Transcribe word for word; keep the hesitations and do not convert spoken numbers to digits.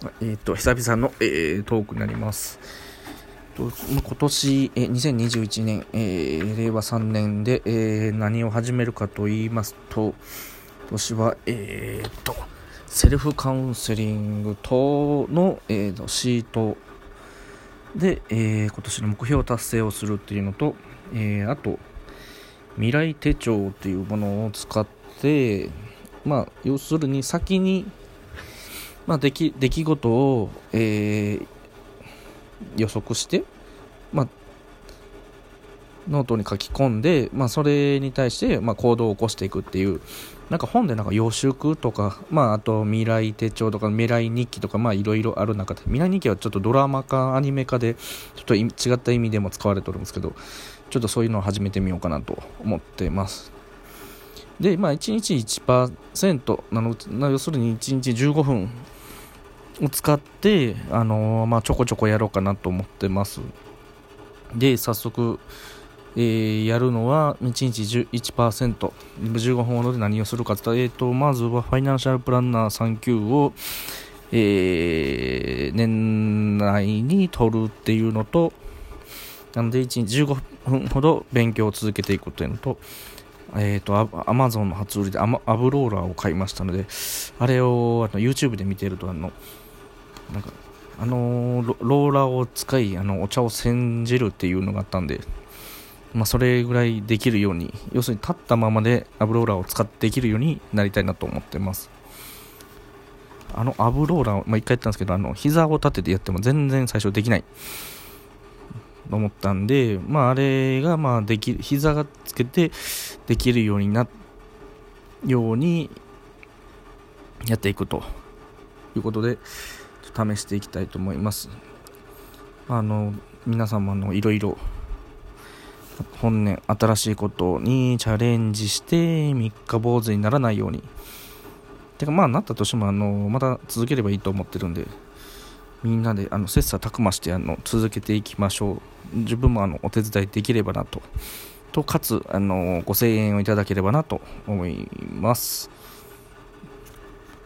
えー、と久々の、えー、トークになります。と今年、えー、にせんにじゅういちねん、えー、れいわさんねんで、えー、何を始めるかと言いますと、今年は、えー、とセルフカウンセリング等の、えー、とシートで、えー、今年の目標達成をするっていうのと、えー、あと未来手帳っていうものを使って、まあ、要するに先にまあ、出来、出来事を、えー、予測して、まあ、ノートに書き込んで、まあ、それに対して、まあ、行動を起こしていくっていう、なんか本でなんか予習とか、まあ、あと未来手帳とか未来日記とか、まあ、いろいろある中で、未来日記はちょっとドラマかアニメかで、ちょっと違った意味でも使われておるんですけど、ちょっとそういうのを始めてみようかなと思ってます。で、まあ、いちにちいちパーセントなの、要するにいちにちじゅうごふんを使って、あのーまあ、ちょこちょこやろうかなと思ってます。で、早速、えー、やるのはいちにち いちパーセント、じゅうごふんほどで何をするかというと、えーと、まずはファイナンシャルプランナーさん級を、えー、年内に取るっていうのと、なのでいちにちじゅうごふんほど勉強を続けていくというのと、えーと、アマゾンの初売りでアマアブローラーを買いましたので、あれをあの YouTube で見ていると、あのなんかあのー、ロ, ローラーを使いあのお茶を煎じるっていうのがあったんで、まあ、それぐらいできるように、要するに立ったままでアブローラーを使ってできるようになりたいなと思ってます。あのアブローラー、まあ、一回やったんですけど、あの膝を立ててやっても全然最初できないと思ったんで、まあ、あれがまあでき膝がつけてできるようになようにやっていくということで試していきたいと思います。あの皆様のいろいろ本年新しいことにチャレンジして三日坊主にならないように、てかまあなったとしてもあのまた続ければいいと思ってるんで、みんなであの切磋琢磨してあの続けていきましょう。自分もあのお手伝いできればなととかつあのご声援をいただければなと思います。